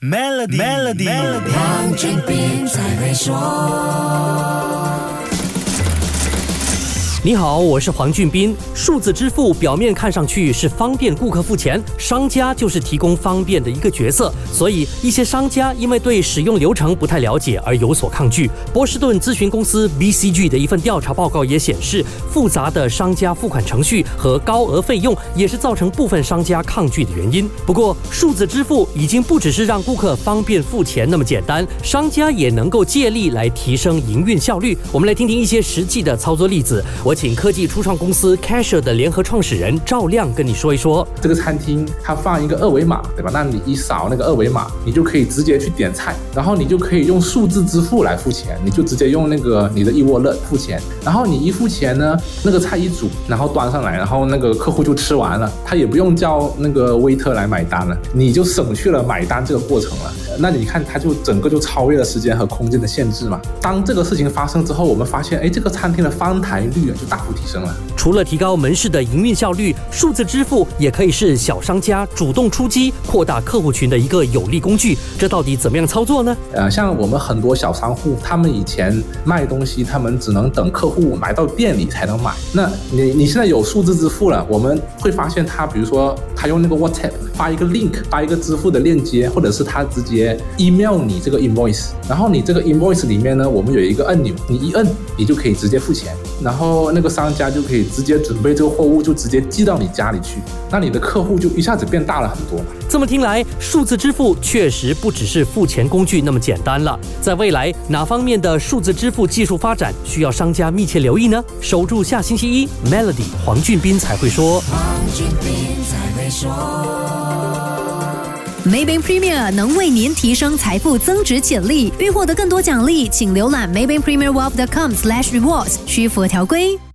Melody， 黄俊斌才会说。 你好，我是黄俊斌。数字支付表面看上去是方便顾客付钱，商家就是提供方便的一个角色，所以一些商家因为对使用流程不太了解而有所抗拒。波士顿咨询公司 BCG 的一份调查报告也显示，复杂的商家付款程序和高额费用也是造成部分商家抗拒的原因。不过，数字支付已经不只是让顾客方便付钱那么简单，商家也能够借力来提升营运效率。我们来听听一些实际的操作例子。我请科技初创公司 Cashier 的联合创始人赵亮跟你说一说。 这个餐厅它放一个二维码，对吧？那你一扫那个二维码，你就可以直接去点菜，然后你就可以用数字支付来付钱，你就直接用那个你的e-wallet付钱，然后你一付钱呢，那个菜一煮，然后端上来，然后那个客户就吃完了，他也不用叫那个 waiter 来买单了，你就省去了买单这个过程了。那你看，它就整个就超越了时间和空间的限制嘛。当这个事情发生之后，我们发现，这个餐厅的翻台率就大幅提升了。 除了提高门市的营运效率，数字支付也可以是小商家主动出击、扩大客户群的一个有力工具。这到底怎么样操作呢？ 像我们很多小商户，他们以前卖东西，他们只能等客户来到店里才能买。那你现在有数字支付了，我们会发现他，比如说他用那个 WhatsApp 发一个 link， 发一个支付的链接，或者是他直接 email 你这个 invoice， 然后你这个 invoice 里面呢，我们有一个按钮，你一摁，你就可以直接付钱，然后那个商家就可以直接准备这个货物，就直接寄到你家里去，那你的客户就一下子变大了很多。 这么听来，数字支付确实不只是付钱工具那么简单了。在未来，哪方面的数字支付技术发展需要商家密切留意呢？守住下星期一 Melody 黄俊斌才会说。 黄俊斌才会说。 Maybank Premier 能为您提升财富增值潜力。欲获得更多奖励，请浏览maybankpremierwealth.com/rewards， 需符合条规。